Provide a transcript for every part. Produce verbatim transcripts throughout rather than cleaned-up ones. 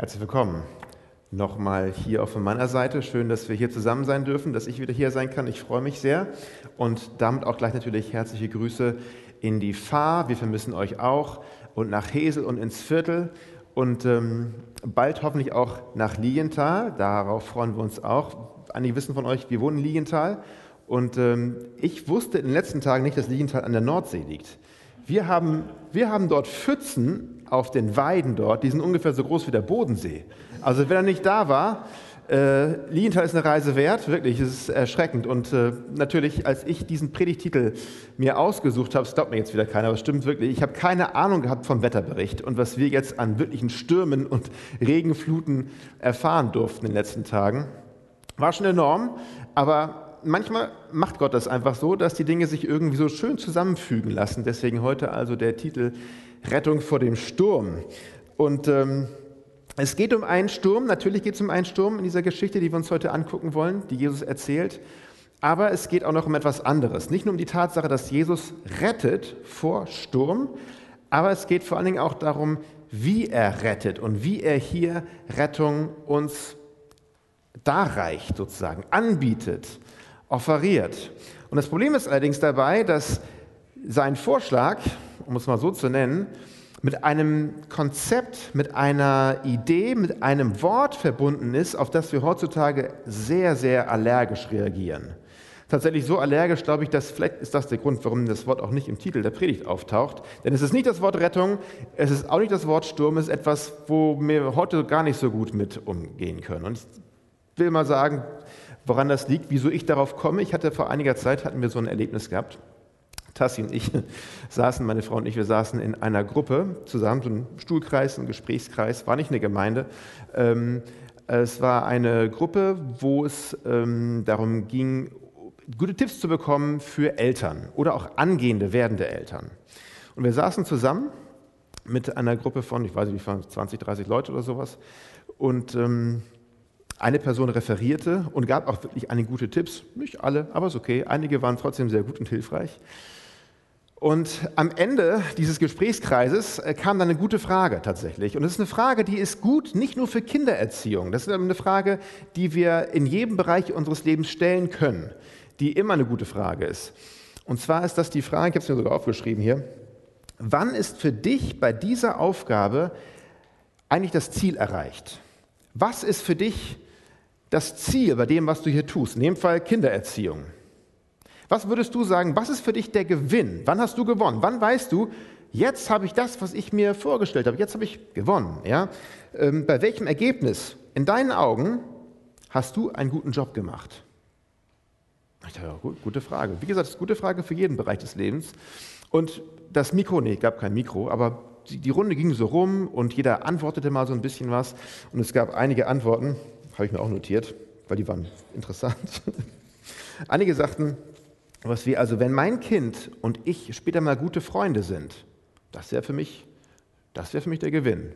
Herzlich willkommen. Nochmal hier auch von meiner Seite. Schön, dass wir hier zusammen sein dürfen, dass ich wieder hier sein kann. Ich freue mich sehr. Und damit auch gleich natürlich herzliche Grüße in die Fahr. Wir vermissen euch auch. Und nach Hesel und ins Viertel. Und ähm, bald hoffentlich auch nach Lilienthal. Darauf freuen wir uns auch. Einige wissen von euch, wir wohnen in Lilienthal. Und ähm, ich wusste in den letzten Tagen nicht, dass Lilienthal an der Nordsee liegt. Wir haben, wir haben dort Pfützen auf den Weiden dort, die sind ungefähr so groß wie der Bodensee. Also wenn er nicht da war, äh, Lilienthal ist eine Reise wert, wirklich, es ist erschreckend. Und äh, natürlich, als ich diesen Predigtitel mir ausgesucht habe, das glaubt mir jetzt wieder keiner, aber es stimmt wirklich, ich habe keine Ahnung gehabt vom Wetterbericht und was wir jetzt an wirklichen Stürmen und Regenfluten erfahren durften in den letzten Tagen. War schon enorm, aber manchmal macht Gott das einfach so, dass die Dinge sich irgendwie so schön zusammenfügen lassen. Deswegen heute also der Titel Rettung vor dem Sturm. Und ähm, es geht um einen Sturm, natürlich geht es um einen Sturm in dieser Geschichte, die wir uns heute angucken wollen, die Jesus erzählt. Aber es geht auch noch um etwas anderes. Nicht nur um die Tatsache, dass Jesus rettet vor Sturm, aber es geht vor allen Dingen auch darum, wie er rettet und wie er hier Rettung uns darreicht, sozusagen, anbietet, offeriert. Und das Problem ist allerdings dabei, dass sein Vorschlag, um es mal so zu nennen, mit einem Konzept, mit einer Idee, mit einem Wort verbunden ist, auf das wir heutzutage sehr, sehr allergisch reagieren. Tatsächlich so allergisch, glaube ich, dass vielleicht ist das der Grund, warum das Wort auch nicht im Titel der Predigt auftaucht. Denn es ist nicht das Wort Rettung, es ist auch nicht das Wort Sturm, es ist etwas, wo wir heute gar nicht so gut mit umgehen können. Und ich will mal sagen, woran das liegt, wieso ich darauf komme. Ich hatte vor einiger Zeit, hatten wir so ein Erlebnis gehabt. Tassi und ich saßen, meine Frau und ich, wir saßen in einer Gruppe zusammen, so ein Stuhlkreis, ein Gesprächskreis, war nicht eine Gemeinde. Ähm, es war eine Gruppe, wo es ähm, darum ging, gute Tipps zu bekommen für Eltern oder auch angehende, werdende Eltern. Und wir saßen zusammen mit einer Gruppe von, ich weiß nicht, wie waren zwanzig, dreißig Leute oder sowas. Und ähm, eine Person referierte und gab auch wirklich einige gute Tipps. Nicht alle, aber ist okay. Einige waren trotzdem sehr gut und hilfreich. Und am Ende dieses Gesprächskreises kam dann eine gute Frage tatsächlich. Und es ist eine Frage, die ist gut, nicht nur für Kindererziehung. Das ist eine Frage, die wir in jedem Bereich unseres Lebens stellen können, die immer eine gute Frage ist. Und zwar ist das die Frage, ich habe es mir sogar aufgeschrieben hier, wann ist für dich bei dieser Aufgabe eigentlich das Ziel erreicht? Was ist für dich das Ziel bei dem, was du hier tust? In dem Fall Kindererziehung. Was würdest du sagen, was ist für dich der Gewinn? Wann hast du gewonnen? Wann weißt du, jetzt habe ich das, was ich mir vorgestellt habe, jetzt habe ich gewonnen. Ja? Ähm, bei welchem Ergebnis in deinen Augen hast du einen guten Job gemacht? Ich dachte, ja, gut, gute Frage. Wie gesagt, das ist eine gute Frage für jeden Bereich des Lebens. Und das Mikro, nee, es gab kein Mikro, aber die, die Runde ging so rum und jeder antwortete mal so ein bisschen was. Und es gab einige Antworten, habe ich mir auch notiert, weil die waren interessant. Einige sagten, was wie, also wenn mein Kind und ich später mal gute Freunde sind, das wäre für mich, das wäre für mich der Gewinn.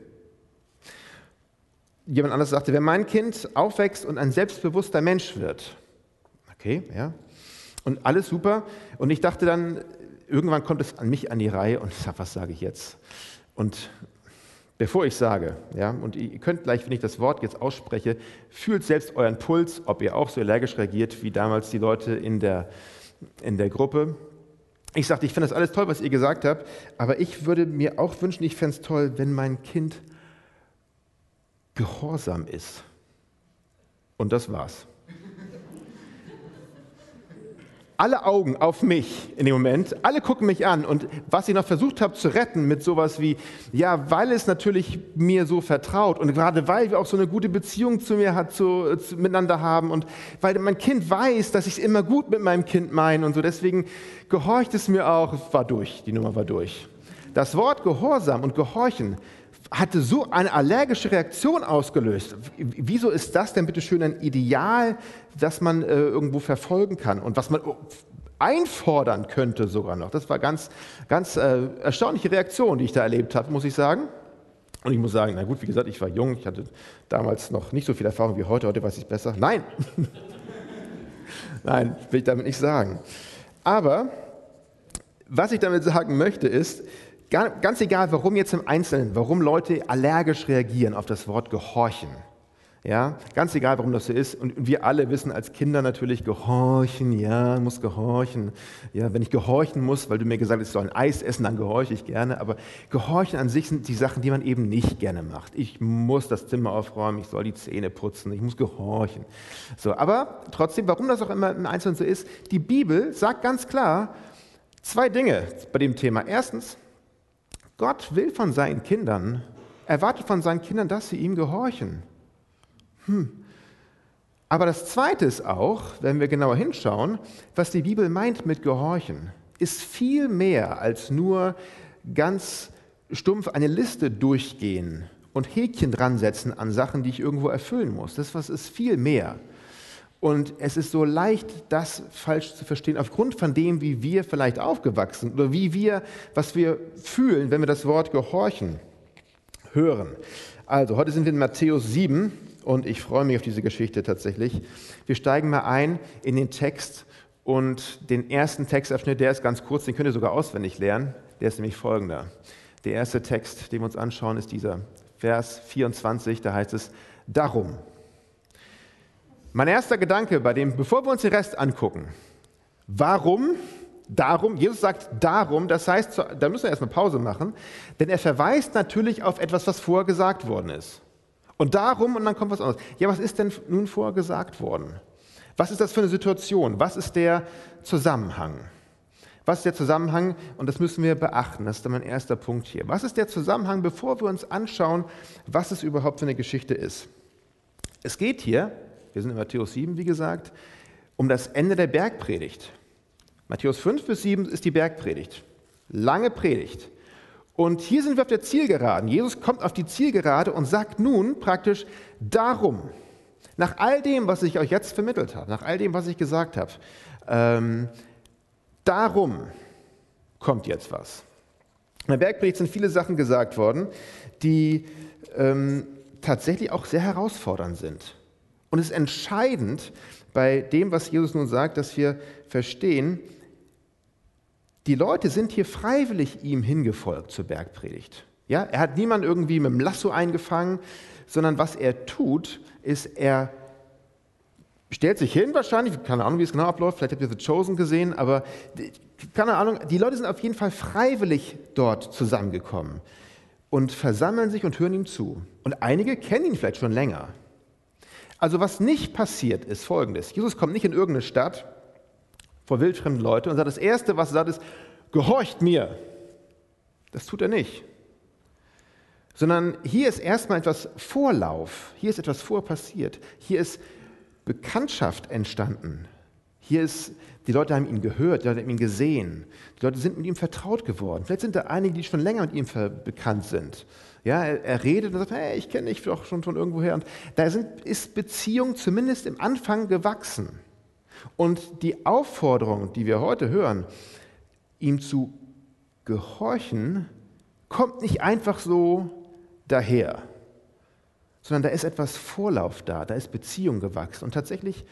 Jemand anderes sagte, wenn mein Kind aufwächst und ein selbstbewusster Mensch wird, okay, ja, und alles super. Und ich dachte dann, irgendwann kommt es an mich an die Reihe und ich sage, was sage ich jetzt? Und bevor ich sage, ja, und ihr könnt gleich, wenn ich das Wort jetzt ausspreche, fühlt selbst euren Puls, ob ihr auch so allergisch reagiert wie damals die Leute in der in der Gruppe. Ich sagte, ich finde das alles toll, was ihr gesagt habt, aber ich würde mir auch wünschen, ich fände es toll, wenn mein Kind gehorsam ist. Und das war's. Alle Augen auf mich in dem Moment, alle gucken mich an und was ich noch versucht habe zu retten mit sowas wie, ja, weil es natürlich mir so vertraut und gerade weil wir auch so eine gute Beziehung zu mir hat, zu, zu, miteinander haben und weil mein Kind weiß, dass ich es immer gut mit meinem Kind meine und so, deswegen gehorcht es mir auch, war durch, die Nummer war durch. Das Wort Gehorsam und Gehorchen hatte so eine allergische Reaktion ausgelöst. Wieso ist das denn bitte schön ein Ideal, das man äh, irgendwo verfolgen kann und was man einfordern könnte sogar noch? Das war ganz, ganz äh, erstaunliche Reaktion, die ich da erlebt habe, muss ich sagen. Und ich muss sagen, na gut, wie gesagt, ich war jung, ich hatte damals noch nicht so viel Erfahrung wie heute, heute weiß ich es besser. Nein, nein, will ich damit nicht sagen. Aber was ich damit sagen möchte ist, Ganz egal, warum jetzt im Einzelnen, warum Leute allergisch reagieren auf das Wort gehorchen. Ja, ganz egal, warum das so ist. Und wir alle wissen als Kinder natürlich, gehorchen, ja, muss gehorchen. Ja, wenn ich gehorchen muss, weil du mir gesagt hast, ich soll ein Eis essen, dann gehorche ich gerne. Aber gehorchen an sich sind die Sachen, die man eben nicht gerne macht. Ich muss das Zimmer aufräumen, ich soll die Zähne putzen, ich muss gehorchen. So, aber trotzdem, warum das auch immer im Einzelnen so ist, die Bibel sagt ganz klar zwei Dinge bei dem Thema. Erstens, Gott will von seinen Kindern, erwartet von seinen Kindern, dass sie ihm gehorchen. Hm. Aber das Zweite ist auch, wenn wir genauer hinschauen, was die Bibel meint mit Gehorchen, ist viel mehr als nur ganz stumpf eine Liste durchgehen und Häkchen dran setzen an Sachen, die ich irgendwo erfüllen muss. Das was ist viel mehr. Und es ist so leicht, das falsch zu verstehen, aufgrund von dem, wie wir vielleicht aufgewachsen sind oder wie wir, was wir fühlen, wenn wir das Wort Gehorchen hören. Also, heute sind wir in Matthäus sieben. Und ich freue mich auf diese Geschichte tatsächlich. Wir steigen mal ein in den Text und den ersten Textabschnitt, der ist ganz kurz, den könnt ihr sogar auswendig lernen. Der ist nämlich folgender. Der erste Text, den wir uns anschauen, ist dieser Vers vierundzwanzig, da heißt es, darum. Mein erster Gedanke bei dem, bevor wir uns den Rest angucken, warum, darum, Jesus sagt darum, das heißt, da müssen wir erstmal Pause machen, denn er verweist natürlich auf etwas, was vorher gesagt worden ist. Und darum, und dann kommt was anderes. Ja, was ist denn nun vorher gesagt worden? Was ist das für eine Situation? Was ist der Zusammenhang? Was ist der Zusammenhang? Und das müssen wir beachten. Das ist dann mein erster Punkt hier. Was ist der Zusammenhang, bevor wir uns anschauen, was es überhaupt für eine Geschichte ist? Es geht hier, wir sind in Matthäus sieben, wie gesagt, um das Ende der Bergpredigt. Matthäus fünf bis sieben ist die Bergpredigt. Lange Predigt. Und hier sind wir auf der Zielgeraden. Jesus kommt auf die Zielgerade und sagt nun praktisch darum, nach all dem, was ich euch jetzt vermittelt habe, nach all dem, was ich gesagt habe, ähm, darum kommt jetzt was. In der Bergpredigt sind viele Sachen gesagt worden, die ähm, tatsächlich auch sehr herausfordernd sind. Und es ist entscheidend bei dem, was Jesus nun sagt, dass wir verstehen, die Leute sind hier freiwillig ihm hingefolgt zur Bergpredigt. Ja, er hat niemanden irgendwie mit dem Lasso eingefangen, sondern was er tut, ist, er stellt sich hin wahrscheinlich, keine Ahnung, wie es genau abläuft, vielleicht habt ihr The Chosen gesehen, aber keine Ahnung, die Leute sind auf jeden Fall freiwillig dort zusammengekommen und versammeln sich und hören ihm zu. Und einige kennen ihn vielleicht schon länger. Also was nicht passiert, ist Folgendes. Jesus kommt nicht in irgendeine Stadt, vor wildfremden Leuten und sagt, das Erste, was er sagt, ist, gehorcht mir. Das tut er nicht. Sondern hier ist erstmal etwas Vorlauf, hier ist etwas vorpassiert, hier ist Bekanntschaft entstanden. Hier ist, die Leute haben ihn gehört, die Leute haben ihn gesehen, die Leute sind mit ihm vertraut geworden. Vielleicht sind da einige, die schon länger mit ihm bekannt sind. Ja, er, er redet und sagt, hey, ich kenne dich doch schon von irgendwoher. Und da sind, ist Beziehung zumindest im Anfang gewachsen. Und die Aufforderung, die wir heute hören, ihm zu gehorchen, kommt nicht einfach so daher, sondern da ist etwas Vorlauf da, da ist Beziehung gewachsen. Und tatsächlich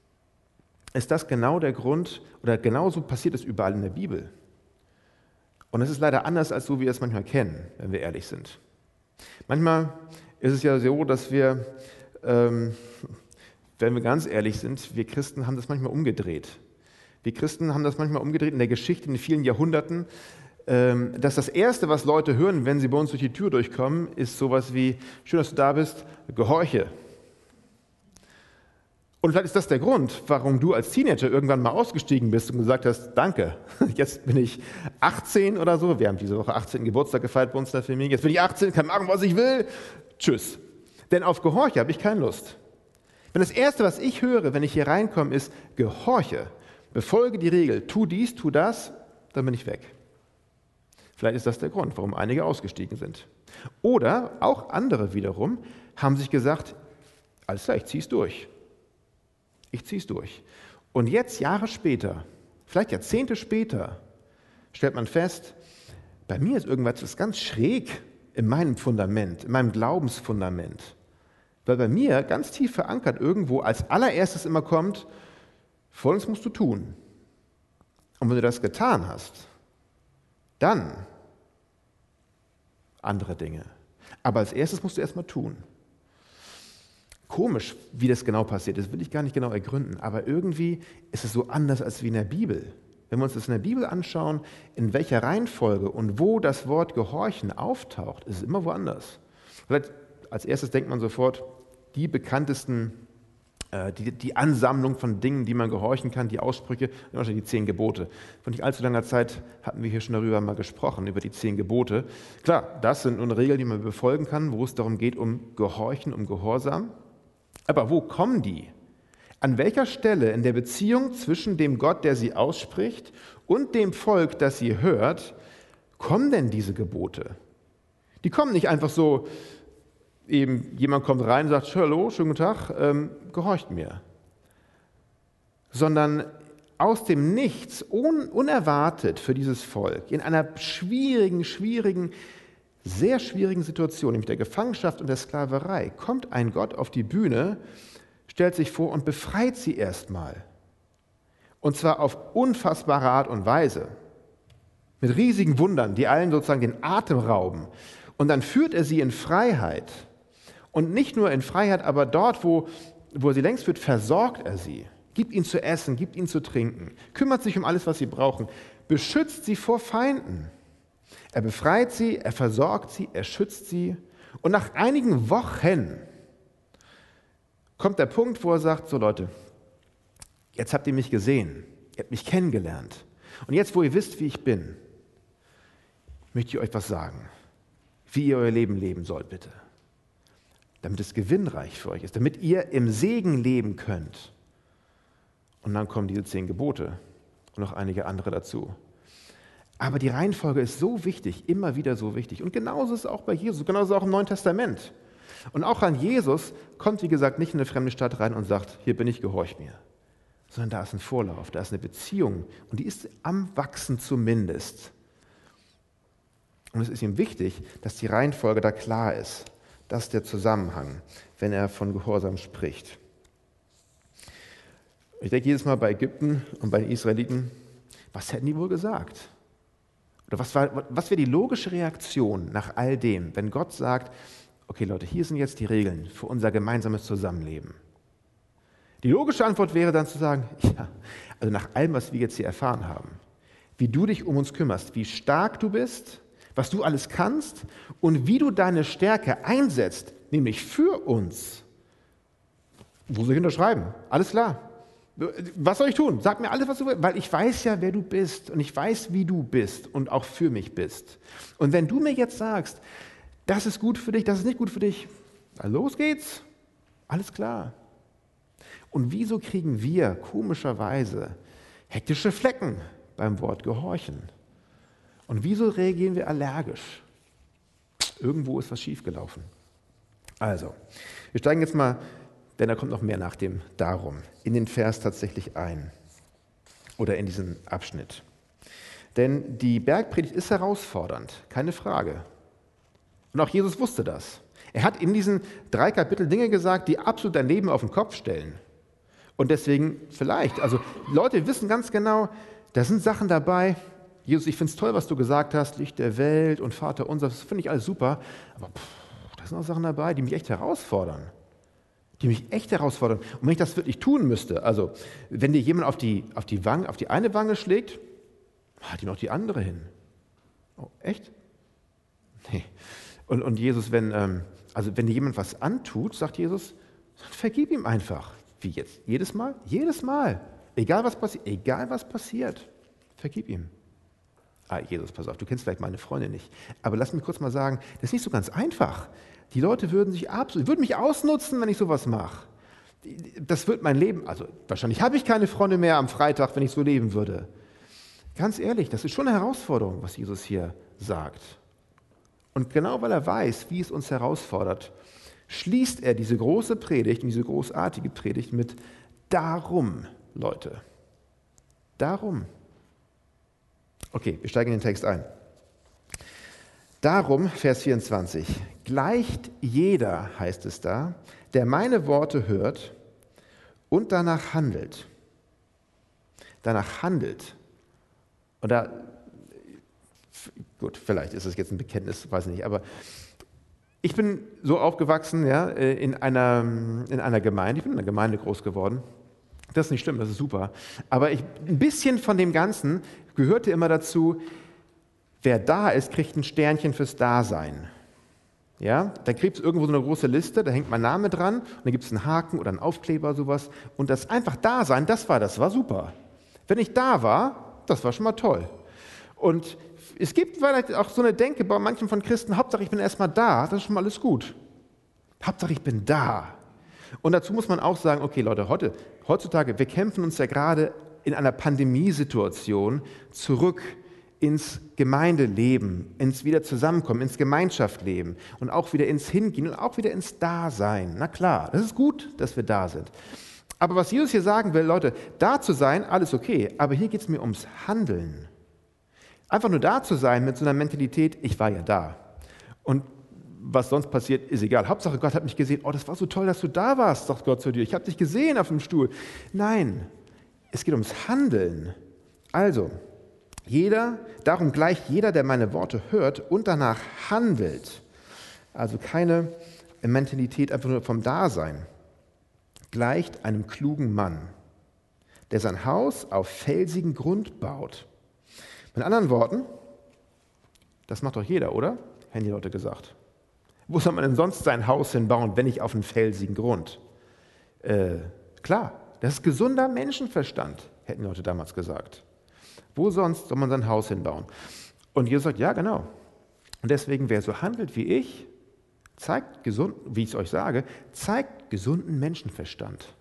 ist das genau der Grund, oder genauso passiert es überall in der Bibel. Und es ist leider anders, als so wie wir es manchmal kennen, wenn wir ehrlich sind. Manchmal ist es ja so, dass wir, ähm, wenn wir ganz ehrlich sind, wir Christen haben das manchmal umgedreht. Wir Christen haben das manchmal umgedreht in der Geschichte in vielen Jahrhunderten, ähm, dass das Erste, was Leute hören, wenn sie bei uns durch die Tür durchkommen, ist sowas wie, schön, dass du da bist, gehorche. Und vielleicht ist das der Grund, warum du als Teenager irgendwann mal ausgestiegen bist und gesagt hast, danke, jetzt bin ich achtzehn oder so, wir haben diese Woche achtzehnten Geburtstag gefeiert bei uns in der Familie, jetzt bin ich achtzehn, kann machen, was ich will, tschüss. Denn auf Gehorche habe ich keine Lust. Wenn das Erste, was ich höre, wenn ich hier reinkomme, ist, gehorche, befolge die Regel, tu dies, tu das, dann bin ich weg. Vielleicht ist das der Grund, warum einige ausgestiegen sind. Oder auch andere wiederum haben sich gesagt, alles klar, ich ziehe es durch. Ich ziehe es durch. Und jetzt, Jahre später, vielleicht Jahrzehnte später, stellt man fest, bei mir ist irgendwas ganz schräg in meinem Fundament, in meinem Glaubensfundament. Weil bei mir ganz tief verankert irgendwo als allererstes immer kommt, Folgendes musst du tun. Und wenn du das getan hast, dann andere Dinge. Aber als erstes musst du erstmal tun. Komisch, wie das genau passiert, das will ich gar nicht genau ergründen, aber irgendwie ist es so anders als wie in der Bibel. Wenn wir uns das in der Bibel anschauen, in welcher Reihenfolge und wo das Wort Gehorchen auftaucht, ist es immer woanders. Vielleicht als erstes denkt man sofort, die bekanntesten, äh, die, die Ansammlung von Dingen, die man gehorchen kann, die Aussprüche, wahrscheinlich die zehn Gebote. Vor nicht allzu langer Zeit hatten wir hier schon darüber mal gesprochen, über die zehn Gebote. Klar, das sind nun Regeln, die man befolgen kann, wo es darum geht, um Gehorchen, um Gehorsam. Aber wo kommen die? An welcher Stelle in der Beziehung zwischen dem Gott, der sie ausspricht, und dem Volk, das sie hört, kommen denn diese Gebote? Die kommen nicht einfach so, eben jemand kommt rein und sagt, hallo, schönen guten Tag, ähm, gehorcht mir. Sondern aus dem Nichts, un, unerwartet für dieses Volk, in einer schwierigen, schwierigen, sehr schwierigen Situation, nämlich der Gefangenschaft und der Sklaverei, kommt ein Gott auf die Bühne, stellt sich vor und befreit sie erstmal. Und zwar auf unfassbare Art und Weise. Mit riesigen Wundern, die allen sozusagen den Atem rauben. Und dann führt er sie in Freiheit. Und nicht nur in Freiheit, aber dort, wo, wo er sie längst führt, versorgt er sie. Gibt ihnen zu essen, gibt ihnen zu trinken, kümmert sich um alles, was sie brauchen, beschützt sie vor Feinden. Er befreit sie, er versorgt sie, er schützt sie. Und nach einigen Wochen kommt der Punkt, wo er sagt, so Leute, jetzt habt ihr mich gesehen, ihr habt mich kennengelernt. Und jetzt, wo ihr wisst, wie ich bin, möchte ich euch was sagen, wie ihr euer Leben leben sollt, bitte. Damit es gewinnreich für euch ist, damit ihr im Segen leben könnt. Und dann kommen diese zehn Gebote und noch einige andere dazu. Aber die Reihenfolge ist so wichtig, immer wieder so wichtig. Und genauso ist es auch bei Jesus, genauso auch im Neuen Testament. Und auch an Jesus kommt, wie gesagt, nicht in eine fremde Stadt rein und sagt, hier bin ich, gehorch mir. Sondern da ist ein Vorlauf, da ist eine Beziehung und die ist am Wachsen zumindest. Und es ist ihm wichtig, dass die Reihenfolge da klar ist. Das ist der Zusammenhang, wenn er von Gehorsam spricht. Ich denke jedes Mal bei Ägypten und bei den Israeliten, was hätten die wohl gesagt? Oder was, war, was wäre die logische Reaktion nach all dem, wenn Gott sagt, okay Leute, hier sind jetzt die Regeln für unser gemeinsames Zusammenleben. Die logische Antwort wäre dann zu sagen, ja, also nach allem, was wir jetzt hier erfahren haben, wie du dich um uns kümmerst, wie stark du bist, was du alles kannst und wie du deine Stärke einsetzt, nämlich für uns. Wo soll ich unterschreiben? Alles klar. Was soll ich tun? Sag mir alles, was du willst, weil ich weiß ja, wer du bist und ich weiß, wie du bist und auch für mich bist. Und wenn du mir jetzt sagst, das ist gut für dich, das ist nicht gut für dich, dann los geht's. Alles klar. Und wieso kriegen wir komischerweise hektische Flecken beim Wort gehorchen? Und wieso reagieren wir allergisch? Irgendwo ist was schiefgelaufen. Also, wir steigen jetzt mal, denn da kommt noch mehr nach dem Darum, in den Vers tatsächlich ein oder in diesen Abschnitt. Denn die Bergpredigt ist herausfordernd, keine Frage. Und auch Jesus wusste das. Er hat in diesen drei Kapiteln Dinge gesagt, die absolut dein Leben auf den Kopf stellen. Und deswegen vielleicht, also Leute wissen ganz genau, da sind Sachen dabei, Jesus, ich finde es toll, was du gesagt hast, Licht der Welt und Vater unser, das finde ich alles super, aber pff, da sind auch Sachen dabei, die mich echt herausfordern. Die mich echt herausfordern. Und wenn ich das wirklich tun müsste, also wenn dir jemand auf die, auf die Wange, auf die eine Wange schlägt, halt ihm noch die andere hin. Oh, echt? Nee. Und, und Jesus, wenn, ähm, also wenn dir jemand was antut, sagt Jesus, dann vergib ihm einfach. Wie jetzt? Jedes Mal? Jedes Mal. Egal was passiert, egal was passiert, vergib ihm. Ah, Jesus, pass auf, du kennst vielleicht meine Freunde nicht. Aber lass mich kurz mal sagen, das ist nicht so ganz einfach. Die Leute würden sich absolut, würden mich ausnutzen, wenn ich sowas mache. Das wird mein Leben, also wahrscheinlich habe ich keine Freunde mehr am Freitag, wenn ich so leben würde. Ganz ehrlich, das ist schon eine Herausforderung, was Jesus hier sagt. Und genau weil er weiß, wie es uns herausfordert, schließt er diese große Predigt, diese großartige Predigt mit darum, Leute. Darum. Okay, wir steigen in den Text ein. Darum, Vers vierundzwanzig, gleicht jeder, heißt es da, der meine Worte hört und danach handelt. Danach handelt. Und da Gut, vielleicht ist es jetzt ein Bekenntnis, weiß ich nicht, aber ich bin so aufgewachsen, ja, in einer, in einer Gemeinde, ich bin in einer Gemeinde groß geworden. Das ist nicht schlimm, das ist super. Aber ich, ein bisschen von dem Ganzen gehörte immer dazu, wer da ist, kriegt ein Sternchen fürs Dasein. Ja, da gibt es irgendwo so eine große Liste, da hängt mein Name dran und dann gibt es einen Haken oder einen Aufkleber, sowas. Und das einfach Dasein, das war, das war super. Wenn ich da war, das war schon mal toll. Und es gibt vielleicht auch so eine Denke bei manchen von Christen, Hauptsache ich bin erstmal da, das ist schon mal alles gut. Hauptsache ich bin da. Und dazu muss man auch sagen, okay Leute, heute, heutzutage, wir kämpfen uns ja gerade in einer Pandemiesituation zurück ins Gemeindeleben, ins Wiederzusammenkommen, ins Gemeinschaftsleben und auch wieder ins Hingehen und auch wieder ins Dasein. Na klar, das ist gut, dass wir da sind. Aber was Jesus hier sagen will, Leute, da zu sein, alles okay, aber hier geht es mir ums Handeln. Einfach nur da zu sein mit so einer Mentalität, ich war ja da. Und was sonst passiert, ist egal. Hauptsache, Gott hat mich gesehen. Oh, das war so toll, dass du da warst, sagt Gott zu dir. Ich habe dich gesehen auf dem Stuhl. Nein, es geht ums Handeln. Also, jeder, darum gleich jeder, der meine Worte hört und danach handelt. Also keine Mentalität einfach nur vom Dasein. Gleicht einem klugen Mann, der sein Haus auf felsigen Grund baut. Mit anderen Worten, das macht doch jeder, oder? Hätten die Leute gesagt. Wo soll man denn sonst sein Haus hinbauen, wenn nicht auf einen felsigen Grund? Äh, klar, das ist gesunder Menschenverstand, hätten die Leute damals gesagt. Wo sonst soll man sein Haus hinbauen? Und Jesus sagt, ja, genau. Und deswegen, wer so handelt wie ich, zeigt gesund, wie ich es euch sage, zeigt gesunden Menschenverstand.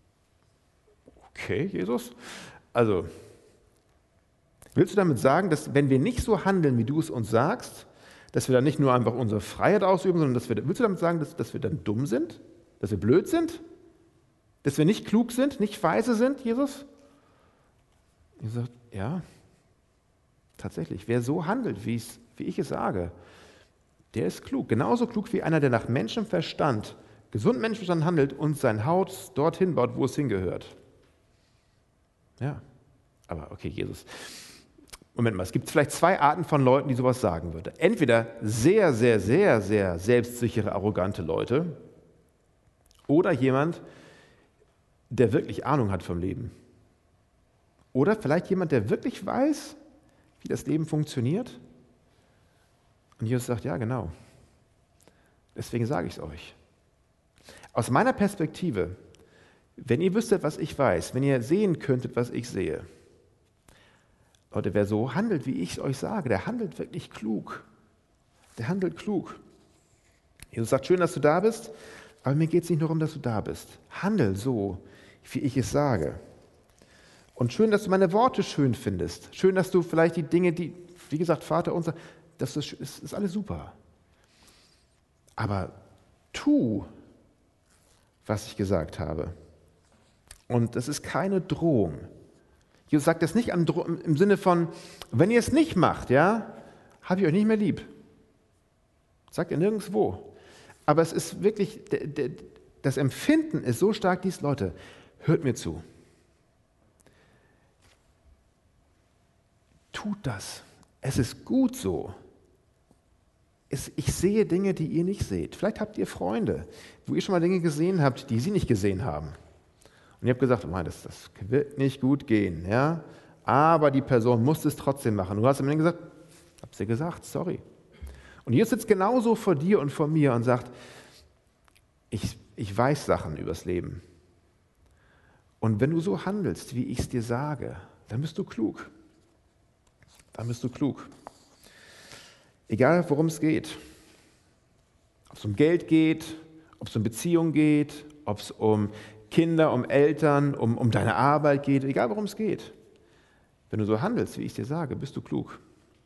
Okay, Jesus? Also, willst du damit sagen, dass wenn wir nicht so handeln, wie du es uns sagst, dass wir dann nicht nur einfach unsere Freiheit ausüben, sondern dass wir, willst du damit sagen, dass, dass wir dann dumm sind? Dass wir blöd sind? Dass wir nicht klug sind, nicht weise sind, Jesus? Jesus sagt, ja, tatsächlich. Wer so handelt, wie ich es sage, der ist klug. Genauso klug wie einer, der nach Menschenverstand, gesundem Menschenverstand handelt und sein Haus dorthin baut, wo es hingehört. Ja, aber okay, Jesus. Moment mal, es gibt vielleicht zwei Arten von Leuten, die sowas sagen würden. Entweder sehr, sehr, sehr, sehr selbstsichere, arrogante Leute oder jemand, der wirklich Ahnung hat vom Leben. Oder vielleicht jemand, der wirklich weiß, wie das Leben funktioniert. Und Jesus sagt, ja, genau. Deswegen sage ich es euch. Aus meiner Perspektive, wenn ihr wüsstet, was ich weiß, wenn ihr sehen könntet, was ich sehe, Leute, wer so handelt, wie ich es euch sage, der handelt wirklich klug. Der handelt klug. Jesus sagt, schön, dass du da bist, aber mir geht es nicht nur darum, dass du da bist. Handel so, wie ich es sage. Und schön, dass du meine Worte schön findest. Schön, dass du vielleicht die Dinge, die, wie gesagt, Vater unser, das ist, ist, ist alles super. Aber tu, was ich gesagt habe. Und das ist keine Drohung. Jesus sagt das nicht im Sinne von, wenn ihr es nicht macht, ja, habe ich euch nicht mehr lieb. Das sagt er nirgendwo. Aber es ist wirklich, das Empfinden ist so stark, dies, Leute, hört mir zu. Tut das. Es ist gut so. Es, ich sehe Dinge, die ihr nicht seht. Vielleicht habt ihr Freunde, wo ihr schon mal Dinge gesehen habt, die sie nicht gesehen haben. Und ihr habt gesagt, oh, das, das wird nicht gut gehen, ja? Aber die Person muss es trotzdem machen. Und du hast am Ende gesagt, ich habe es dir gesagt, sorry. Und Jesus sitzt genauso vor dir und vor mir und sagt, ich, ich weiß Sachen übers Leben. Und wenn du so handelst, wie ich es dir sage, dann bist du klug. Dann bist du klug. Egal, worum es geht. Ob es um Geld geht, ob es um Beziehungen geht, ob es um Kinder, um Eltern, um, um deine Arbeit geht, egal worum es geht. Wenn du so handelst, wie ich dir sage, bist du klug.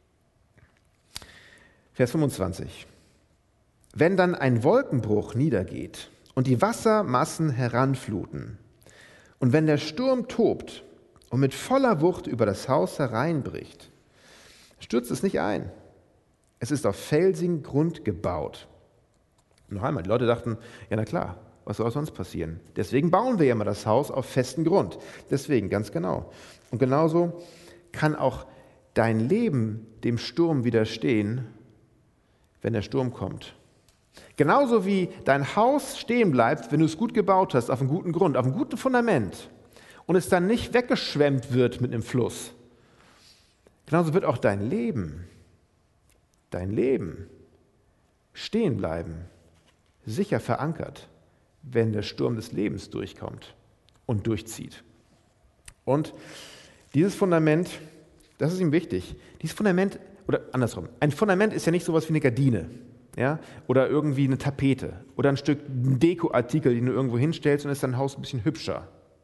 Vers fünfundzwanzig. Wenn dann ein Wolkenbruch niedergeht und die Wassermassen heranfluten und wenn der Sturm tobt und mit voller Wucht über das Haus hereinbricht, stürzt es nicht ein. Es ist auf felsigen Grund gebaut. Noch einmal, die Leute dachten, ja na klar, was soll sonst passieren? Deswegen bauen wir ja mal das Haus auf festen Grund. Deswegen, ganz genau. Und genauso kann auch dein Leben dem Sturm widerstehen, wenn der Sturm kommt. Genauso wie dein Haus stehen bleibt, wenn du es gut gebaut hast, auf einem guten Grund, auf einem guten Fundament und es dann nicht weggeschwemmt wird mit einem Fluss. Genauso wird auch dein Leben, dein Leben stehen bleiben, sicher verankert, wenn der Sturm des Lebens durchkommt und durchzieht. Und dieses Fundament, das ist ihm wichtig. Dieses Fundament, oder andersrum, ein Fundament ist ja nicht sowas wie eine Gardine, ja, oder irgendwie eine Tapete oder ein Stück Dekoartikel, den du irgendwo hinstellst und ist dein Haus ein bisschen hübscher.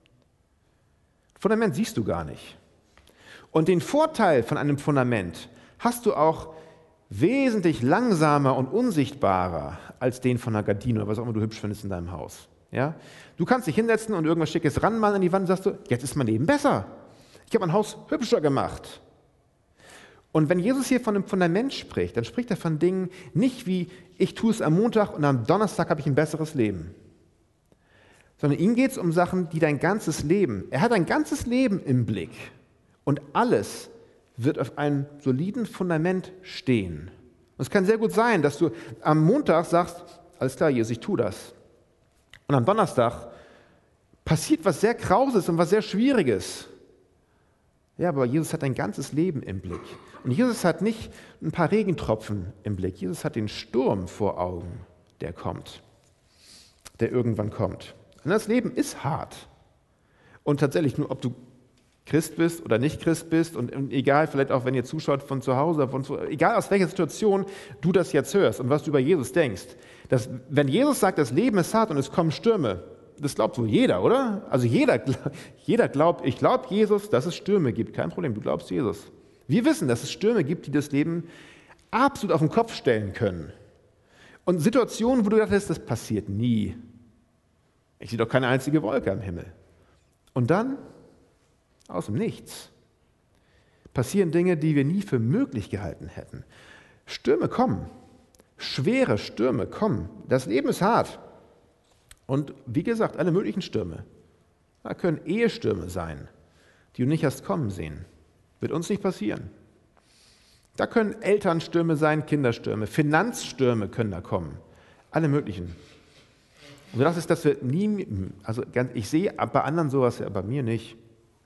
Fundament siehst du gar nicht. Und den Vorteil von einem Fundament hast du auch wesentlich langsamer und unsichtbarer als den von einer Gardine oder was auch immer du hübsch findest in deinem Haus. Ja? Du kannst dich hinsetzen und irgendwas Schickes ranmalen an die Wand und sagst du, jetzt ist mein Leben besser. Ich habe mein Haus hübscher gemacht. Und wenn Jesus hier von einem Fundament spricht, dann spricht er von Dingen nicht wie, ich tue es am Montag und am Donnerstag habe ich ein besseres Leben. Sondern ihm geht es um Sachen, die dein ganzes Leben, er hat dein ganzes Leben im Blick. Und alles wird auf einem soliden Fundament stehen. Und es kann sehr gut sein, dass du am Montag sagst, alles klar, Jesus, ich tue das. Und am Donnerstag passiert was sehr Krauses und was sehr Schwieriges. Ja, aber Jesus hat dein ganzes Leben im Blick. Und Jesus hat nicht ein paar Regentropfen im Blick. Jesus hat den Sturm vor Augen, der kommt, der irgendwann kommt. Und das Leben ist hart. Und tatsächlich, nur ob du Christ bist oder nicht Christ bist und egal, vielleicht auch wenn ihr zuschaut von zu Hause, von zu, egal aus welcher Situation du das jetzt hörst und was du über Jesus denkst, dass, wenn Jesus sagt, das Leben ist hart und es kommen Stürme, das glaubt wohl jeder, oder? Also jeder, jeder glaubt, ich glaube Jesus, dass es Stürme gibt, kein Problem, du glaubst Jesus. Wir wissen, dass es Stürme gibt, die das Leben absolut auf den Kopf stellen können. Und Situationen, wo du dachtest, das passiert nie. Ich sehe doch keine einzige Wolke am Himmel. Und dann aus dem Nichts passieren Dinge, die wir nie für möglich gehalten hätten. Stürme kommen, schwere Stürme kommen. Das Leben ist hart. Und wie gesagt, alle möglichen Stürme. Da können Ehestürme sein, die du nicht hast kommen sehen. Wird uns nicht passieren. Da können Elternstürme sein, Kinderstürme, Finanzstürme können da kommen. Alle möglichen. Und du dachtest, das wird nie, also ich sehe bei anderen sowas, ja, bei mir nicht.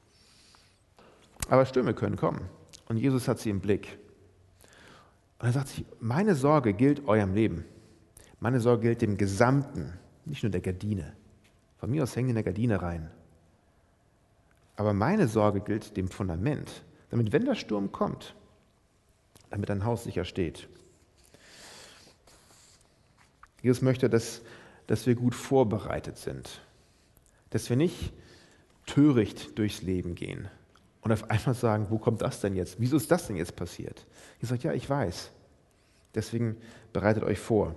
Aber Stürme können kommen. Und Jesus hat sie im Blick. Und er sagt sich, meine Sorge gilt eurem Leben. Meine Sorge gilt dem Gesamten, nicht nur der Gardine. Von mir aus hängen in der Gardine rein. Aber meine Sorge gilt dem Fundament, damit, wenn der Sturm kommt, damit dein Haus sicher steht. Jesus möchte, dass, dass wir gut vorbereitet sind. Dass wir nicht töricht durchs Leben gehen. Und auf einmal sagen, wo kommt das denn jetzt? Wieso ist das denn jetzt passiert? Ich sage, ja, ich weiß. Deswegen bereitet euch vor.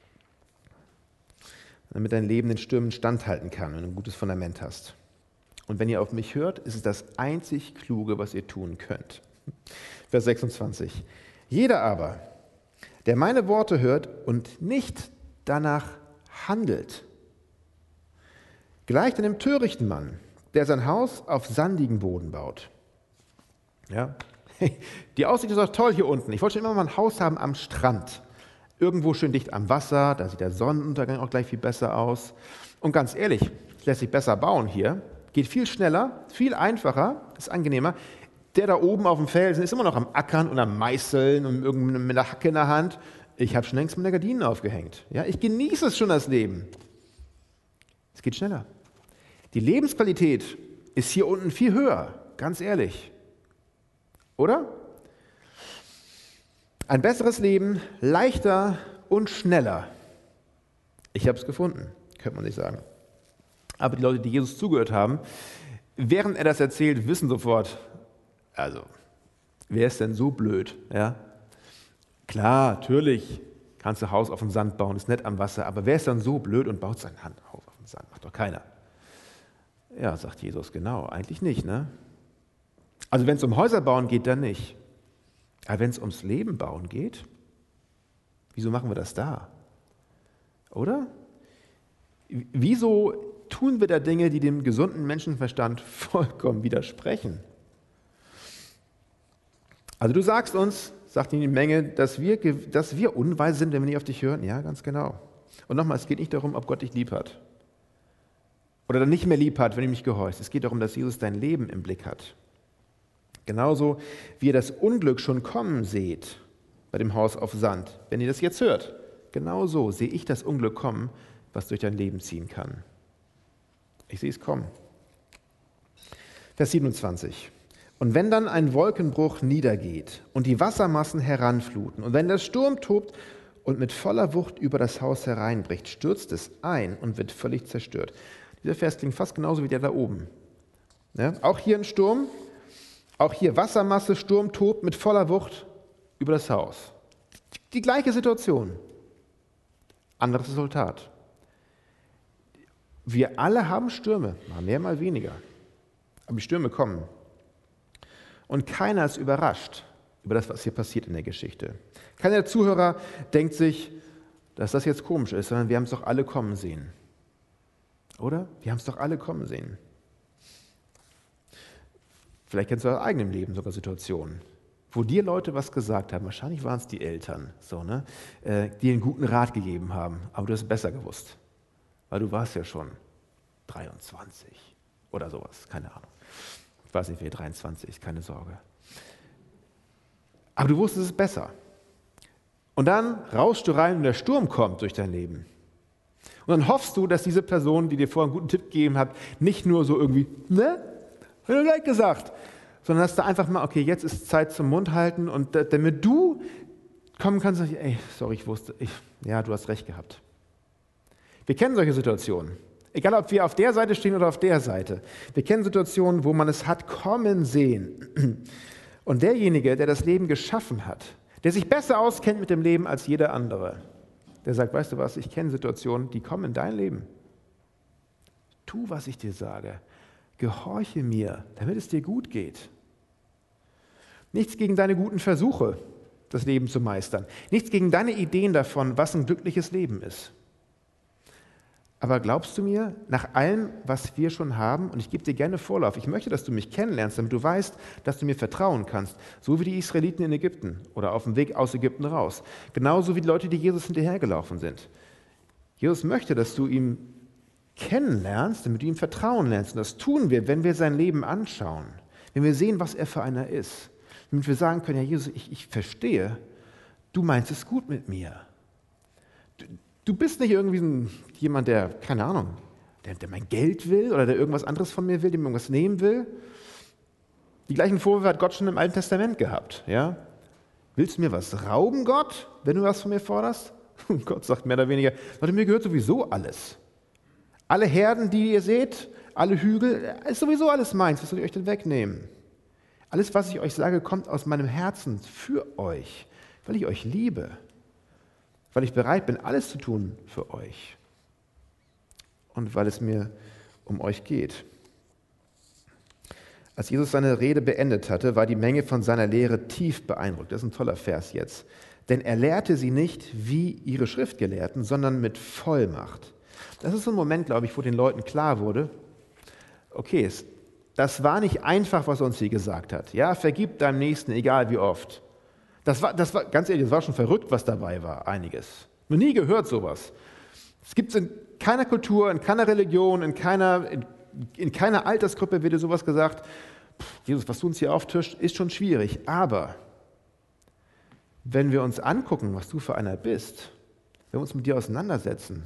Damit dein Leben den Stürmen standhalten kann, wenn du ein gutes Fundament hast. Und wenn ihr auf mich hört, ist es das einzig Kluge, was ihr tun könnt. Vers sechsundzwanzig. Jeder aber, der meine Worte hört und nicht danach handelt, gleicht einem törichten Mann, der sein Haus auf sandigen Boden baut. Ja? Die Aussicht ist auch toll hier unten. Ich wollte schon immer mal ein Haus haben am Strand. Irgendwo schön dicht am Wasser, da sieht der Sonnenuntergang auch gleich viel besser aus. Und ganz ehrlich, es lässt sich besser bauen hier. Geht viel schneller, viel einfacher, ist angenehmer. Der da oben auf dem Felsen ist immer noch am Ackern und am Meißeln und irgendwie mit einer Hacke in der Hand. Ich habe schon längst mit der Gardinen aufgehängt. Ja, ich genieße es schon, das Leben. Es geht schneller. Die Lebensqualität ist hier unten viel höher, ganz ehrlich. Oder? Ein besseres Leben, leichter und schneller. Ich habe es gefunden, könnte man nicht sagen. Aber die Leute, die Jesus zugehört haben, während er das erzählt, wissen sofort, also, wer ist denn so blöd? Ja? Klar, natürlich kannst du ein Haus auf dem Sand bauen, ist nett am Wasser, aber wer ist dann so blöd und baut sein Haus auf dem Sand? Macht doch keiner. Ja, sagt Jesus, genau, eigentlich nicht, ne? Also wenn es um Häuser bauen geht, dann nicht. Aber wenn es ums Leben bauen geht, wieso machen wir das da? Oder? Wieso tun wir da Dinge, die dem gesunden Menschenverstand vollkommen widersprechen? Also du sagst uns, sagt ihnen die Menge, dass wir, dass wir unweise sind, wenn wir nicht auf dich hören. Ja, ganz genau. Und nochmal, es geht nicht darum, ob Gott dich lieb hat. Oder dann nicht mehr lieb hat, wenn du mich gehorchst. Es geht darum, dass Jesus dein Leben im Blick hat. Genauso wie ihr das Unglück schon kommen seht bei dem Haus auf Sand. Wenn ihr das jetzt hört, genauso sehe ich das Unglück kommen, was durch dein Leben ziehen kann. Ich sehe es kommen. Vers siebenundzwanzig. Und wenn dann ein Wolkenbruch niedergeht und die Wassermassen heranfluten und wenn der Sturm tobt und mit voller Wucht über das Haus hereinbricht, stürzt es ein und wird völlig zerstört. Dieser Vers klingt fast genauso wie der da oben. Ja, auch hier ein Sturm, auch hier Wassermasse, Sturm tobt mit voller Wucht über das Haus. Die gleiche Situation, anderes Resultat. Wir alle haben Stürme, mal mehr, mal weniger. Aber die Stürme kommen. Und keiner ist überrascht über das, was hier passiert in der Geschichte. Keiner der Zuhörer denkt sich, dass das jetzt komisch ist, sondern wir haben es doch alle kommen sehen. Oder? Wir haben es doch alle kommen sehen. Vielleicht kennst du aus eigenem Leben sogar Situationen, wo dir Leute was gesagt haben, wahrscheinlich waren es die Eltern, so, ne, äh, die einen guten Rat gegeben haben, aber du hast es besser gewusst, weil du warst ja schon dreiundzwanzig oder sowas, keine Ahnung. Ich weiß nicht, wer dreiundzwanzig ist, keine Sorge. Aber du wusstest es besser. Und dann rauschst du rein und der Sturm kommt durch dein Leben. Und dann hoffst du, dass diese Person, die dir vorher einen guten Tipp gegeben hat, nicht nur so irgendwie, ne, hab ich gleich gesagt, sondern dass du einfach mal, okay, jetzt ist Zeit zum Mund halten und damit du kommen kannst und sagst, ey, sorry, ich wusste, ich, ja, du hast recht gehabt. Wir kennen solche Situationen. Egal, ob wir auf der Seite stehen oder auf der Seite. Wir kennen Situationen, wo man es hat kommen sehen. Und derjenige, der das Leben geschaffen hat, der sich besser auskennt mit dem Leben als jeder andere, der sagt, weißt du was, ich kenne Situationen, die kommen in dein Leben. Tu, was ich dir sage. Gehorche mir, damit es dir gut geht. Nichts gegen deine guten Versuche, das Leben zu meistern. Nichts gegen deine Ideen davon, was ein glückliches Leben ist. Aber glaubst du mir, nach allem, was wir schon haben, und ich gebe dir gerne Vorlauf, ich möchte, dass du mich kennenlernst, damit du weißt, dass du mir vertrauen kannst, so wie die Israeliten in Ägypten oder auf dem Weg aus Ägypten raus, genauso wie die Leute, die Jesus hinterhergelaufen sind. Jesus möchte, dass du ihn kennenlernst, damit du ihm vertrauen lernst. Und das tun wir, wenn wir sein Leben anschauen, wenn wir sehen, was er für einer ist, damit wir sagen können, ja Jesus, ich, ich verstehe, du meinst es gut mit mir. Du, Du bist nicht irgendwie ein, jemand, der, keine Ahnung, der, der mein Geld will oder der irgendwas anderes von mir will, dem irgendwas nehmen will. Die gleichen Vorwürfe hat Gott schon im Alten Testament gehabt. Ja? Willst du mir was rauben, Gott, wenn du was von mir forderst? Und Gott sagt mehr oder weniger, Leute, mir gehört sowieso alles. Alle Herden, die ihr seht, alle Hügel, ist sowieso alles meins. Was soll ich euch denn wegnehmen? Alles, was ich euch sage, kommt aus meinem Herzen für euch, weil ich euch liebe. Weil ich bereit bin, alles zu tun für euch und weil es mir um euch geht. Als Jesus seine Rede beendet hatte, war die Menge von seiner Lehre tief beeindruckt. Das ist ein toller Vers jetzt. Denn er lehrte sie nicht wie ihre Schriftgelehrten, sondern mit Vollmacht. Das ist so ein Moment, glaube ich, wo den Leuten klar wurde, okay, das war nicht einfach, was er uns hier gesagt hat. Ja, vergib deinem Nächsten, egal wie oft. Das war, das war, ganz ehrlich, das war schon verrückt, was dabei war, einiges. Noch nie gehört sowas. Es gibt es in keiner Kultur, in keiner Religion, in keiner, in, in keiner Altersgruppe wird dir sowas gesagt. Pff, Jesus, was du uns hier auftischt, ist schon schwierig. Aber wenn wir uns angucken, was du für einer bist, wenn wir uns mit dir auseinandersetzen,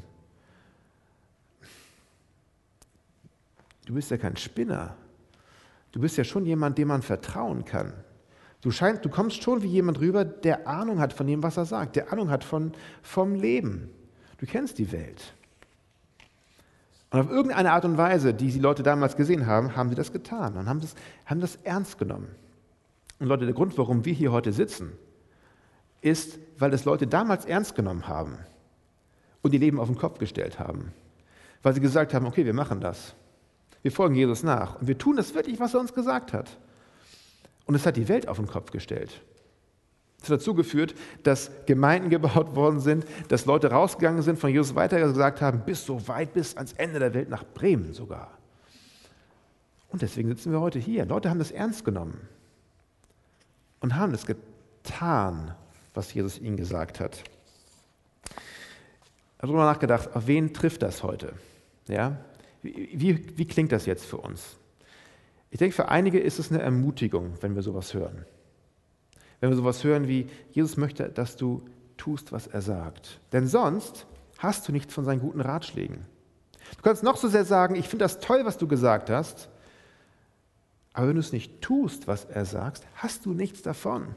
du bist ja kein Spinner. Du bist ja schon jemand, dem man vertrauen kann. Du, scheinst, du kommst schon wie jemand rüber, der Ahnung hat von dem, was er sagt, der Ahnung hat von, vom Leben. Du kennst die Welt. Und auf irgendeine Art und Weise, die die Leute damals gesehen haben, haben sie das getan und haben das, haben das ernst genommen. Und Leute, der Grund, warum wir hier heute sitzen, ist, weil das Leute damals ernst genommen haben und ihr Leben auf den Kopf gestellt haben. Weil sie gesagt haben, okay, wir machen das. Wir folgen Jesus nach und wir tun das wirklich, was er uns gesagt hat. Und es hat die Welt auf den Kopf gestellt. Es hat dazu geführt, dass Gemeinden gebaut worden sind, dass Leute rausgegangen sind, von Jesus weitergesagt haben, bis so weit, bis ans Ende der Welt, nach Bremen sogar. Und deswegen sitzen wir heute hier. Leute haben das ernst genommen. und haben es getan, was Jesus ihnen gesagt hat. Ich habe darüber nachgedacht, auf wen trifft das heute? Ja? Wie, wie, wie klingt das jetzt für uns? Ich denke, für einige ist es eine Ermutigung, wenn wir sowas hören. Wenn wir sowas hören wie, Jesus möchte, dass du tust, was er sagt. Denn sonst hast du nichts von seinen guten Ratschlägen. Du kannst noch so sehr sagen, ich finde das toll, was du gesagt hast, aber wenn du es nicht tust, was er sagt, hast du nichts davon.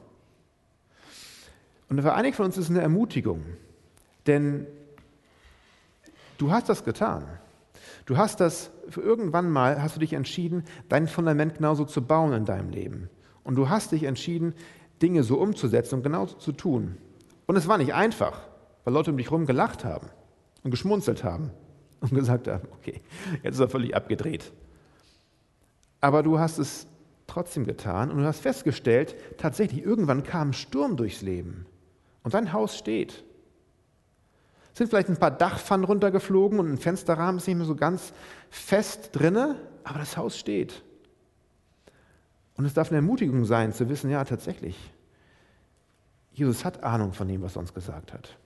Und für einige von uns ist es eine Ermutigung, denn du hast das getan. Du hast das, für irgendwann mal hast du dich entschieden, dein Fundament genauso zu bauen in deinem Leben. Und du hast dich entschieden, Dinge so umzusetzen und genauso zu tun. Und es war nicht einfach, weil Leute um dich herum gelacht haben und geschmunzelt haben und gesagt haben, okay, jetzt ist er völlig abgedreht. Aber du hast es trotzdem getan und du hast festgestellt, tatsächlich, irgendwann kam ein Sturm durchs Leben und dein Haus steht. Es sind vielleicht ein paar Dachpfannen runtergeflogen und ein Fensterrahmen ist nicht mehr so ganz fest drinne, aber das Haus steht. Und es darf eine Ermutigung sein, zu wissen, ja, tatsächlich, Jesus hat Ahnung von dem, was er uns gesagt hat.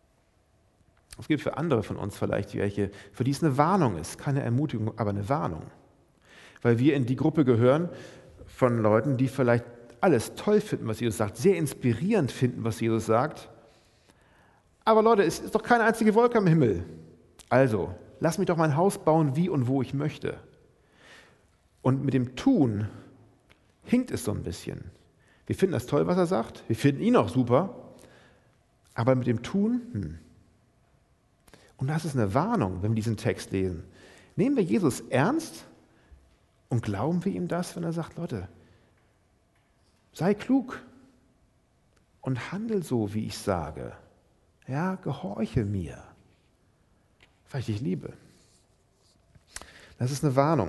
Es gibt für andere von uns vielleicht welche, für die es eine Warnung ist, keine Ermutigung, aber eine Warnung. Weil wir in die Gruppe gehören von Leuten, die vielleicht alles toll finden, was Jesus sagt, sehr inspirierend finden, was Jesus sagt. Aber Leute, es ist doch keine einzige Wolke am Himmel. Also, lass mich doch mein Haus bauen, wie und wo ich möchte. Und mit dem Tun hinkt es so ein bisschen. Wir finden das toll, was er sagt. Wir finden ihn auch super. Aber mit dem Tun, hm. Und das ist eine Warnung, wenn wir diesen Text lesen. Nehmen wir Jesus ernst und glauben wir ihm das, wenn er sagt, Leute, sei klug und handel so, wie ich sage. Ja, gehorche mir, weil ich dich liebe. Das ist eine Warnung.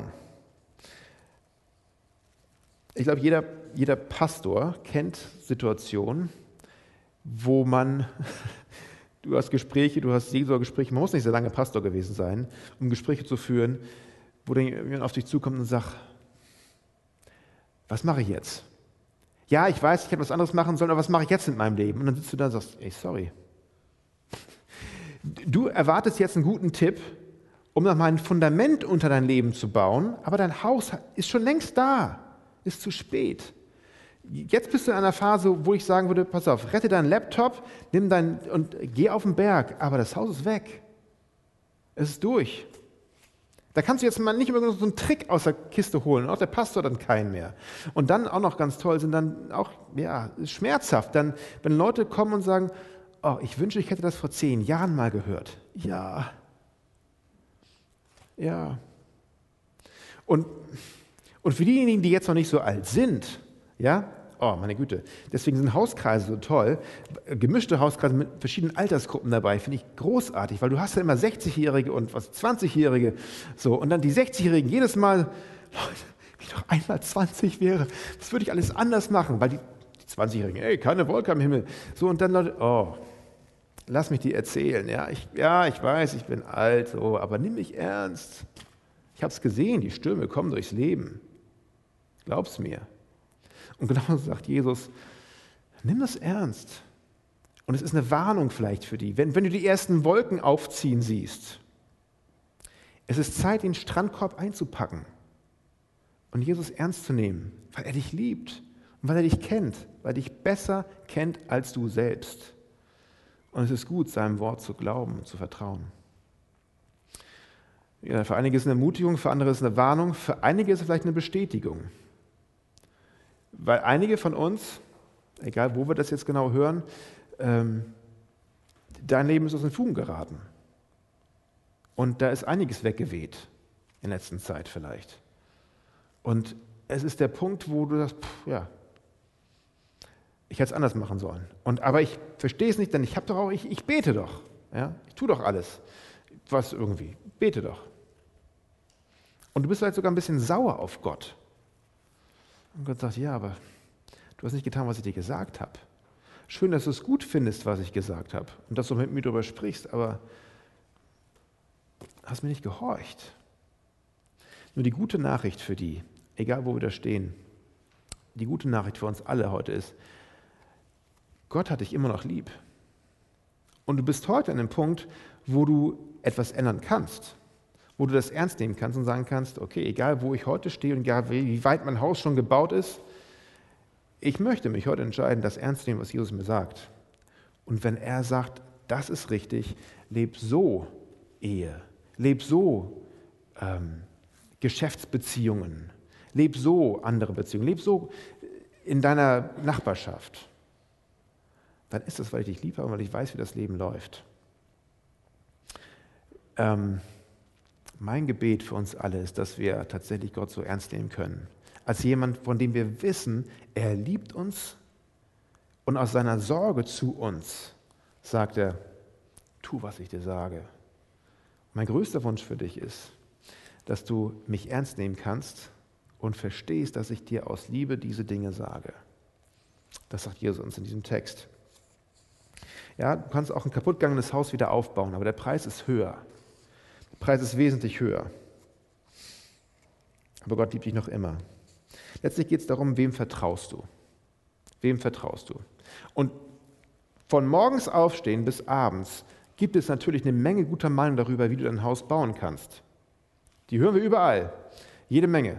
Ich glaube, jeder, jeder Pastor kennt Situationen, wo man, du hast Gespräche, du hast Seelsorgegespräche, man muss nicht sehr lange Pastor gewesen sein, um Gespräche zu führen, wo dann jemand auf dich zukommt und sagt, was mache ich jetzt? Ja, ich weiß, ich hätte was anderes machen sollen, aber was mache ich jetzt mit meinem Leben? Und dann sitzt du da und sagst, ey, sorry. Du erwartest jetzt einen guten Tipp, um nochmal ein Fundament unter dein Leben zu bauen, aber dein Haus ist schon längst da, ist zu spät. Jetzt bist du in einer Phase, wo ich sagen würde, pass auf, rette deinen Laptop, nimm dein und geh auf den Berg, aber das Haus ist weg. Es ist durch. Da kannst du jetzt mal nicht immer so einen Trick aus der Kiste holen, auch der Pastor dann keinen mehr. Und dann auch noch ganz toll sind dann auch, ja, schmerzhaft, dann, wenn Leute kommen und sagen, oh, ich wünsche, ich hätte das vor zehn Jahren mal gehört. Ja. Ja. Und, und für diejenigen, die jetzt noch nicht so alt sind, ja, oh, meine Güte, deswegen sind Hauskreise so toll, gemischte Hauskreise mit verschiedenen Altersgruppen dabei, finde ich großartig, weil du hast ja immer sechzigjährige und was zwanzigjährige, so, und dann die sechzigjährigen jedes Mal, Leute, wenn ich doch einmal zwanzig wäre, das würde ich alles anders machen, weil die, die zwanzigjährigen, ey, keine Wolke am Himmel, so, und dann Leute, oh, lass mich die erzählen, ja, ich, ja, ich weiß, ich bin alt, so, aber nimm mich ernst. Ich habe es gesehen, die Stürme kommen durchs Leben. Glaub's mir. Und genauso sagt Jesus, nimm das ernst. Und es ist eine Warnung vielleicht für die, wenn, wenn du die ersten Wolken aufziehen siehst. Es ist Zeit, den Strandkorb einzupacken und Jesus ernst zu nehmen, weil er dich liebt und weil er dich kennt, weil er dich besser kennt als du selbst. Und es ist gut, seinem Wort zu glauben und zu vertrauen. Ja, für einige ist es eine Ermutigung, für andere ist es eine Warnung, für einige ist es vielleicht eine Bestätigung. Weil einige von uns, egal wo wir das jetzt genau hören, ähm, dein Leben ist aus den Fugen geraten. Und da ist einiges weggeweht in letzter Zeit vielleicht. Und es ist der Punkt, wo du sagst, pff, ja, ich hätte es anders machen sollen. Und, aber ich verstehe es nicht, denn ich habe doch auch, ich, ich bete doch. Ja? Ich tue doch alles. Was irgendwie. Bete doch. Und du bist vielleicht sogar ein bisschen sauer auf Gott. Und Gott sagt, ja, aber du hast nicht getan, was ich dir gesagt habe. Schön, dass du es gut findest, was ich gesagt habe und dass du mit mir darüber sprichst, aber hast mir nicht gehorcht. Nur die gute Nachricht für die, egal wo wir da stehen, die gute Nachricht für uns alle heute ist, Gott hat dich immer noch lieb. Und du bist heute an dem Punkt, wo du etwas ändern kannst, wo du das ernst nehmen kannst und sagen kannst, okay, egal wo ich heute stehe und egal wie weit mein Haus schon gebaut ist, ich möchte mich heute entscheiden, das ernst zu nehmen, was Jesus mir sagt. Und wenn er sagt, das ist richtig, leb so Ehe, leb so ähm, Geschäftsbeziehungen, leb so andere Beziehungen, leb so in deiner Nachbarschaft, dann ist das, weil ich dich lieb habe und weil ich weiß, wie das Leben läuft. Ähm, mein Gebet für uns alle ist, dass wir tatsächlich Gott so ernst nehmen können. Als jemand, von dem wir wissen, er liebt uns und aus seiner Sorge zu uns sagt er, tu, was ich dir sage. Mein größter Wunsch für dich ist, dass du mich ernst nehmen kannst und verstehst, dass ich dir aus Liebe diese Dinge sage. Das sagt Jesus uns in diesem Text. Ja, du kannst auch ein kaputtgegangenes Haus wieder aufbauen, aber der Preis ist höher. Der Preis ist wesentlich höher. Aber Gott liebt dich noch immer. Letztlich geht es darum, wem vertraust du? Wem vertraust du? Und von morgens aufstehen bis abends gibt es natürlich eine Menge guter Meinungen darüber, wie du dein Haus bauen kannst. Die hören wir überall. Jede Menge.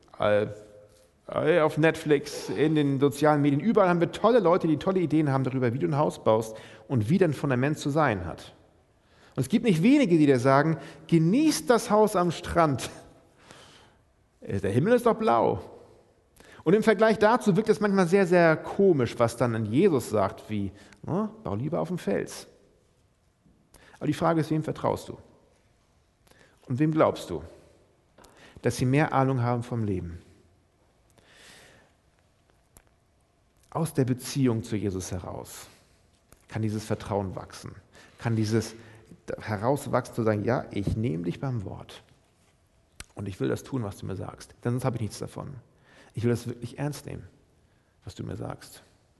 Auf Netflix, in den sozialen Medien, überall haben wir tolle Leute, die tolle Ideen haben darüber, wie du ein Haus baust und wie dein Fundament zu sein hat. Und es gibt nicht wenige, die dir sagen, genießt das Haus am Strand. Der Himmel ist doch blau. Und im Vergleich dazu wirkt es manchmal sehr, sehr komisch, was dann in Jesus sagt, wie, oh, bau lieber auf dem Fels. Aber die Frage ist, wem vertraust du? Und wem glaubst du, dass sie mehr Ahnung haben vom Leben? Aus der Beziehung zu Jesus heraus kann dieses Vertrauen wachsen, kann dieses herauswachsen zu sagen, ja, ich nehme dich beim Wort und ich will das tun, was du mir sagst, denn sonst habe ich nichts davon. Ich will das wirklich ernst nehmen, was du mir sagst.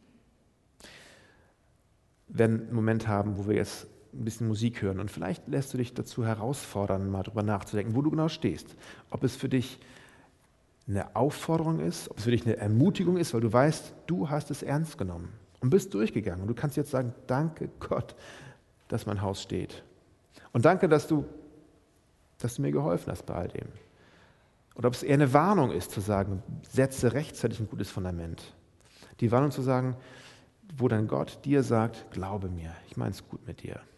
Wir werden einen Moment haben, wo wir jetzt ein bisschen Musik hören und vielleicht lässt du dich dazu herausfordern, mal darüber nachzudenken, wo du genau stehst. Ob es für dich eine Aufforderung ist, ob es für dich eine Ermutigung ist, weil du weißt, du hast es ernst genommen und bist durchgegangen. Und du kannst jetzt sagen, danke Gott, dass mein Haus steht. Und danke, dass du, dass du mir geholfen hast bei all dem. Oder ob es eher eine Warnung ist, zu sagen, setze rechtzeitig ein gutes Fundament. Die Warnung zu sagen, wo dann Gott dir sagt, glaube mir, ich meine es gut mit dir.